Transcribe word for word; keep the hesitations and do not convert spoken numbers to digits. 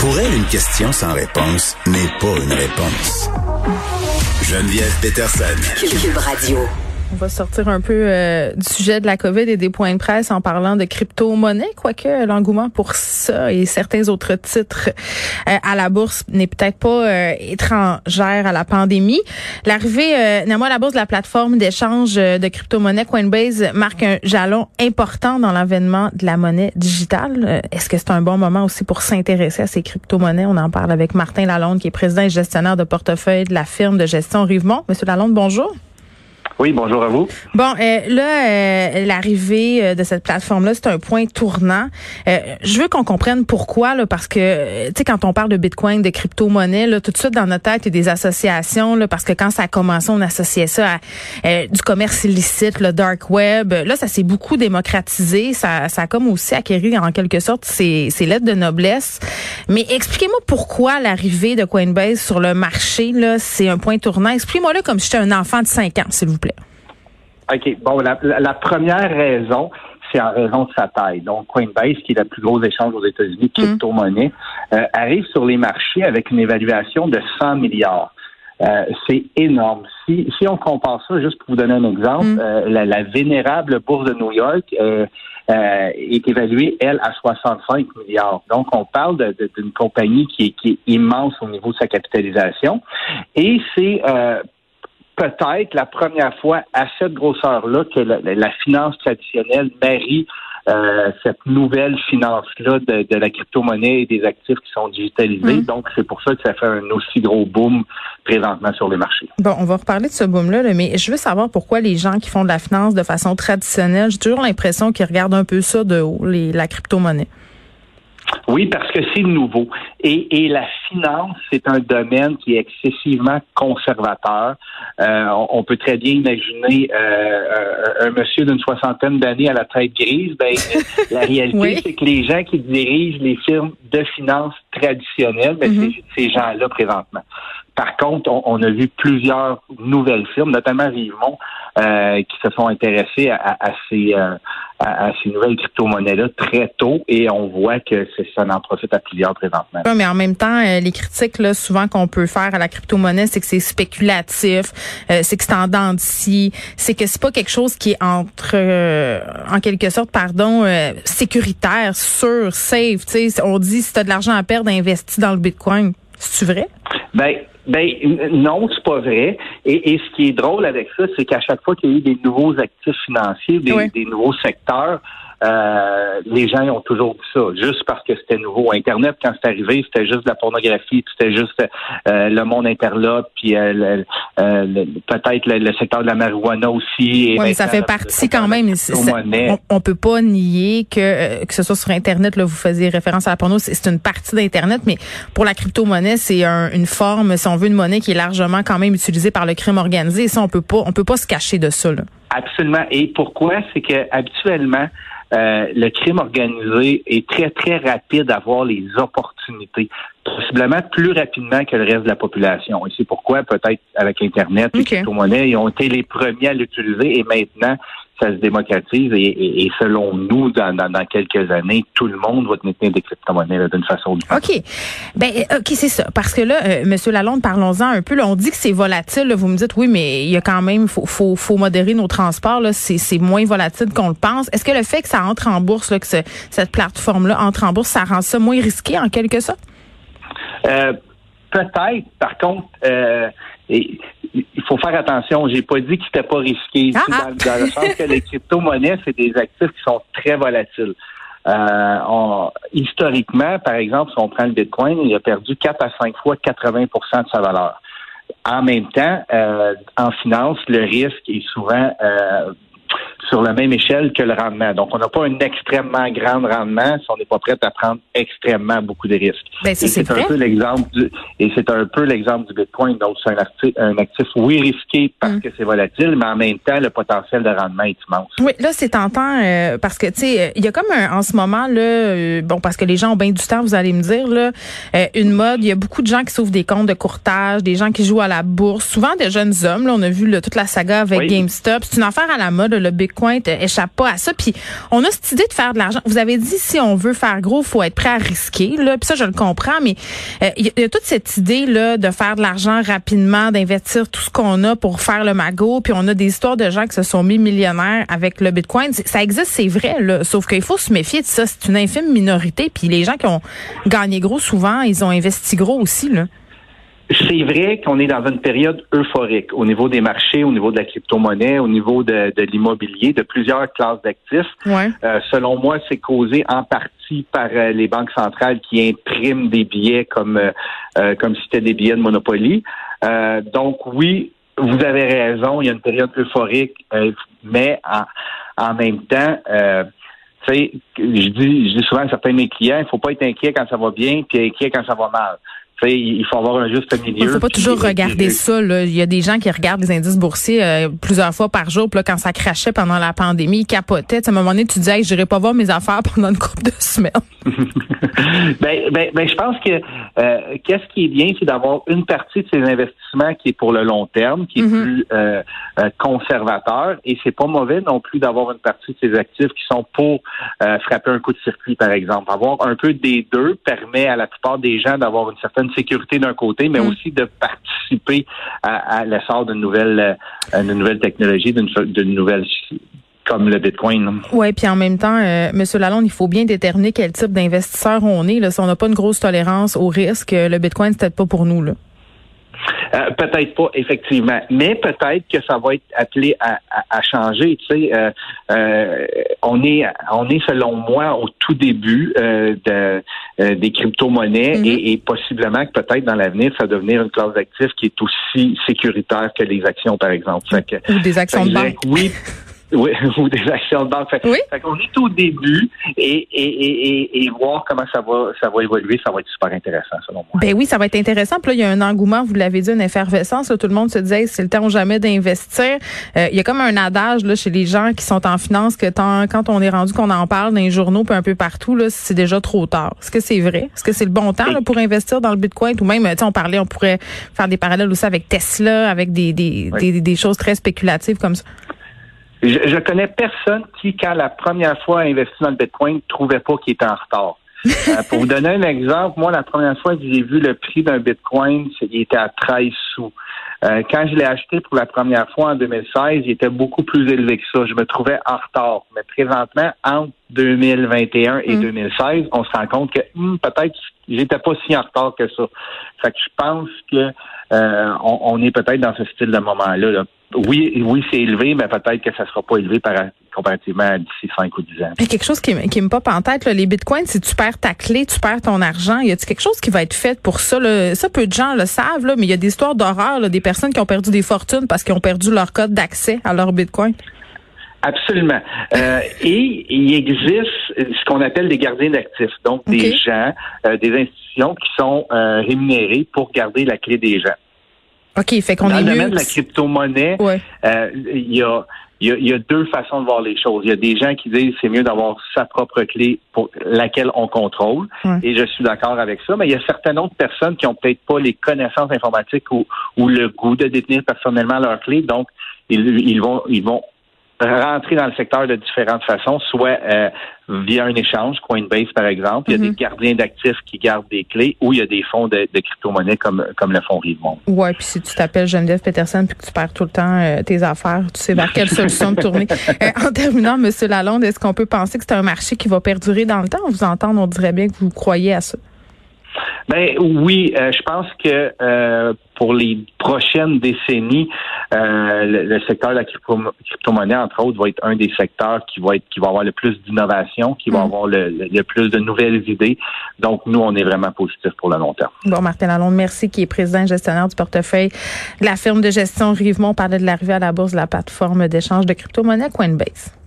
Pour elle, une question sans réponse n'est pas une réponse. Geneviève Peterson. Cube Radio. On va sortir un peu euh, du sujet de la COVID et des points de presse en parlant de crypto-monnaie, quoique l'engouement pour ça et certains autres titres euh, à la bourse n'est peut-être pas euh, étrangère à la pandémie. L'arrivée euh, néanmoins à la bourse de la plateforme d'échange de crypto-monnaie Coinbase marque un jalon important dans l'avènement de la monnaie digitale. Euh, est-ce que c'est un bon moment aussi pour s'intéresser à ces crypto-monnaies? On en parle avec Martin Lalonde, qui est président et gestionnaire de portefeuille de la firme de gestion Rivemont. Monsieur Lalonde, bonjour. Oui, bonjour à vous. Bon, euh, là, euh, l'arrivée euh, de cette plateforme-là, c'est un point tournant. Euh, je veux qu'on comprenne pourquoi, là, parce que, euh, tu sais, quand on parle de Bitcoin, de crypto-monnaie, là, tout de suite dans notre tête, il y a des associations, là, parce que quand ça a commencé, on associait ça à euh, du commerce illicite, le dark web. Là, ça s'est beaucoup démocratisé. Ça, ça a comme aussi acquéri, en quelque sorte, ses, ses lettres de noblesse. Mais expliquez-moi pourquoi l'arrivée de Coinbase sur le marché, là, c'est un point tournant. Expliquez-moi là comme si j'étais un enfant de cinq ans, s'il vous plaît. OK. Bon, la, la, la première raison, c'est en raison de sa taille. Donc, Coinbase, qui est la plus grosse échange aux États-Unis de crypto-monnaie, mmh. euh, arrive sur les marchés avec une évaluation de cent milliards. Euh, c'est énorme. Si, si on compare ça, juste pour vous donner un exemple, mmh. euh, la, la vénérable bourse de New York euh, euh, est évaluée, elle, à soixante-cinq milliards. Donc, on parle de, de, d'une compagnie qui est, qui est immense au niveau de sa capitalisation. Et c'est... Euh, peut-être la première fois à cette grosseur-là que la, la finance traditionnelle marie euh, cette nouvelle finance-là de, de la crypto-monnaie et des actifs qui sont digitalisés. Mmh. Donc, c'est pour ça que ça fait un aussi gros boom présentement sur les marchés. Bon, on va reparler de ce boom-là, là, mais je veux savoir pourquoi les gens qui font de la finance de façon traditionnelle, j'ai toujours l'impression qu'ils regardent un peu ça de haut, les, la crypto-monnaie. Oui, parce que c'est nouveau. Et, et la finance, c'est un domaine qui est excessivement conservateur. Euh, on, on peut très bien imaginer euh, un, un monsieur d'une soixantaine d'années à la tête grise. Ben, la réalité, oui. c'est que les gens qui dirigent les firmes de finance traditionnelles, ben, mm-hmm. c'est ces gens-là présentement. Par contre, on, on a vu plusieurs nouvelles firmes, notamment Rivemont, euh, qui se sont intéressées à, à, à, ces, euh, à, à ces nouvelles crypto-monnaies-là très tôt, et on voit que c'est, ça en profite à plusieurs présentement. Oui, mais en même temps, euh, les critiques là, souvent qu'on peut faire à la crypto-monnaie, c'est que c'est spéculatif, euh, c'est que c'est en dents de scie, c'est que c'est pas quelque chose qui est entre, euh, en quelque sorte, pardon, euh, sécuritaire, sûr, safe. Tu sais, on dit si t'as de l'argent à perdre, investis dans le Bitcoin. C'est-tu vrai? Ben, ben non, c'est pas vrai. Et, et ce qui est drôle avec ça, c'est qu'à chaque fois qu'il y a eu des nouveaux actifs financiers, des, oui. des nouveaux secteurs, euh, les gens ont toujours dit ça, juste parce que c'était nouveau. Internet, quand c'est arrivé, c'était juste de la pornographie, puis c'était juste euh, le monde interlope, puis euh, le, euh, le, peut-être le, le secteur de la marijuana aussi. Oui, mais ça fait partie quand même. Ça, on, on peut pas nier que euh, que ce soit sur Internet, là, vous faisiez référence à la porno, c'est, c'est une partie d'Internet, mais pour la crypto-monnaie, c'est un, une forme, si on veut, une monnaie qui est largement quand même utilisée par le crime organisé. Et ça, on peut pas, on peut pas se cacher de ça, là. Absolument. Et pourquoi? C'est que habituellement, Euh, le crime organisé est très, très rapide à voir les opportunités, possiblement plus rapidement que le reste de la population. Et c'est pourquoi, peut-être, avec Internet, okay. les crypto-monnaies, ils ont été les premiers à l'utiliser, et maintenant, ça se démocratise, et, et, et selon nous, dans, dans, dans quelques années, tout le monde va tenir des crypto-monnaies là, d'une façon ou d'une autre. OK. Ben, OK, c'est ça. Parce que là, euh, M. Lalonde, parlons-en un peu. Là, on dit que c'est volatile. Là, vous me dites, oui, mais il y a quand même, faut, faut, faut modérer nos transports. Là, c'est, c'est moins volatile qu'on le pense. Est-ce que le fait que ça entre en bourse, là, que ce, cette plateforme-là entre en bourse, ça rend ça moins risqué en quelque sorte? Euh, peut-être. Par contre, euh, et, il faut faire attention. J'ai pas dit que c'était pas risqué. Ah, ah. Dans, dans le sens que les crypto-monnaies, c'est des actifs qui sont très volatiles. Euh, on, historiquement, par exemple, si on prend le Bitcoin, il a perdu quatre à cinq fois quatre-vingts pour cent de sa valeur. En même temps, euh, en finance, le risque est souvent euh, sur la même échelle que le rendement. Donc, on n'a pas un extrêmement grand rendement si on n'est pas prêt à prendre extrêmement beaucoup de risques. Ben, ça, et c'est, c'est vrai. un peu l'exemple du, et c'est un peu l'exemple du Bitcoin. Donc, c'est un actif, un actif oui risqué parce mm. que c'est volatile, mais en même temps, le potentiel de rendement est immense. Oui, là, c'est tentant euh, parce que, tu sais, il y a comme un, en ce moment, là, euh, bon, parce que les gens ont bien du temps, vous allez me dire, là, euh, une mode, il y a beaucoup de gens qui s'ouvrent des comptes de courtage, des gens qui jouent à la bourse, souvent des jeunes hommes. Là, on a vu là, toute la saga avec oui. GameStop. C'est une affaire à la mode, le Bitcoin. Bitcoin échappe pas à ça. Puis on a cette idée de faire de l'argent. Vous avez dit, si on veut faire gros, faut être prêt à risquer. Là, puis ça, je le comprends, mais il euh, y, y a toute cette idée là de faire de l'argent rapidement, d'investir tout ce qu'on a pour faire le magot. Puis on a des histoires de gens qui se sont mis millionnaires avec le Bitcoin. Ça existe, c'est vrai, là. Sauf qu'il faut se méfier de ça. C'est une infime minorité. Puis les gens qui ont gagné gros, souvent, ils ont investi gros aussi, là. C'est vrai qu'on est dans une période euphorique au niveau des marchés, au niveau de la crypto-monnaie, au niveau de, de l'immobilier, de plusieurs classes d'actifs. Ouais. Euh, selon moi, c'est causé en partie par euh, les banques centrales qui impriment des billets comme euh, comme si c'était des billets de Monopoly. Euh, donc oui, vous avez raison, il y a une période euphorique, euh, mais en, en même temps, euh, tu sais, je dis, je dis souvent à certains de mes clients, il faut pas être inquiet quand ça va bien, puis inquiet quand ça va mal. Il faut avoir un juste milieu. Il ne faut pas toujours regarder ça. Là. Il y a des gens qui regardent les indices boursiers euh, plusieurs fois par jour. Puis là, quand ça crachait pendant la pandémie, ils capotaient. À un moment donné, tu disais, hey, je n'irai pas voir mes affaires pendant une couple de semaines. ben, ben, ben, je pense que euh, qu'est-ce qui est bien, c'est d'avoir une partie de ces investissements qui est pour le long terme, qui est mm-hmm. plus euh, euh, conservateur. Et c'est pas mauvais non plus d'avoir une partie de ces actifs qui sont pour euh, frapper un coup de circuit, par exemple. Avoir un peu des deux permet à la plupart des gens d'avoir une certaine sécurité d'un côté, mais mmh. aussi de participer à, à l'essor d'une nouvelle, euh, d'une nouvelle technologie, d'une, d'une nouvelle comme le Bitcoin. Oui, puis en même temps, euh, M. Lalonde, il faut bien déterminer quel type d'investisseur on est. Là. Si on n'a pas une grosse tolérance au risque, le Bitcoin, c'est peut-être pas pour nous, là. Euh, peut-être pas, effectivement, mais peut-être que ça va être appelé à, à, à changer. Tu sais, euh, euh, on est, on est selon moi au tout début euh, de, euh, des crypto-monnaies mm-hmm. et, et possiblement que peut-être dans l'avenir, ça va devenir une classe d'actifs qui est aussi sécuritaire que les actions, par exemple. Fait que, ou des actions de banque. Oui. Oui, ou des actions de banque. Fait, oui. fait qu'on est au début et, et, et, et voir comment ça va ça va évoluer, ça va être super intéressant, selon moi. Ben oui, ça va être intéressant. Puis là, il y a un engouement, vous l'avez dit, une effervescence. Là, tout le monde se disait, c'est le temps ou jamais d'investir. Euh, il y a comme un adage là chez les gens qui sont en finance que tant, quand on est rendu qu'on en parle dans les journaux puis un peu partout, là, c'est déjà trop tard. Est-ce que c'est vrai? Est-ce que c'est le bon temps là, pour investir dans le Bitcoin? Ou même, tu sais, on parlait, on pourrait faire des parallèles aussi avec Tesla, avec des, des, oui. des, des choses très spéculatives comme ça. Je, je connais personne qui, quand la première fois a investi dans le Bitcoin, trouvait pas qu'il était en retard. euh, pour vous donner un exemple, moi, la première fois que j'ai vu le prix d'un Bitcoin, il était à treize sous. Euh, quand je l'ai acheté pour la première fois en deux mille seize, il était beaucoup plus élevé que ça. Je me trouvais en retard. Mais présentement, entre deux mille vingt et un et mm. deux mille seize, on se rend compte que hmm, peut-être j'étais pas si en retard que ça. Fait que je pense que euh, on, on est peut-être dans ce style de moment-là, là. Oui, oui, c'est élevé, mais peut-être que ça sera pas élevé par, comparativement à d'ici cinq ou dix ans. Mais quelque chose qui, qui me pop en tête, là, les bitcoins, si tu perds ta clé, tu perds ton argent, y a-t-il quelque chose qui va être fait pour ça? Là? Ça, peu de gens le savent, là, mais il y a des histoires d'horreur, là, des personnes qui ont perdu des fortunes parce qu'ils ont perdu leur code d'accès à leur bitcoin. Absolument. Euh, et il existe ce qu'on appelle des gardiens d'actifs, donc okay. des gens, euh, des institutions qui sont euh, rémunérées pour garder la clé des gens. OK, fait qu'on Dans est le mieux. domaine de la crypto-monnaie, il ouais. euh, y a il y, a, il y a deux façons de voir les choses. Il y a des gens qui disent que c'est mieux d'avoir sa propre clé pour laquelle on contrôle. Ouais. Et je suis d'accord avec ça. Mais il y a certaines autres personnes qui ont peut-être pas les connaissances informatiques ou, ou le goût de détenir personnellement leur clé. Donc, ils, ils vont ils vont rentrer dans le secteur de différentes façons, soit euh, via un échange, Coinbase par exemple, il y a mm-hmm. des gardiens d'actifs qui gardent des clés, ou il y a des fonds de, de crypto-monnaie comme comme le fonds Rivemonde. Ouais, puis si tu t'appelles Geneviève Peterson puis que tu perds tout le temps euh, tes affaires, tu sais vers quelle solution de tourner. Euh, en terminant, M. Lalonde, est-ce qu'on peut penser que c'est un marché qui va perdurer dans le temps? On vous entend, on dirait bien que vous croyez à ça. Ben oui, euh, je pense que euh, pour les prochaines décennies, euh, le, le secteur de la crypto, crypto-monnaie, entre autres, va être un des secteurs qui va être qui va avoir le plus d'innovation, qui mmh. va avoir le, le, le plus de nouvelles idées. Donc, nous, on est vraiment positifs pour le long terme. Bon, Martin Lalonde, merci, qui est président et gestionnaire du portefeuille de la firme de gestion Rivemont. On parlait de l'arrivée à la bourse de la plateforme d'échange de crypto-monnaie Coinbase.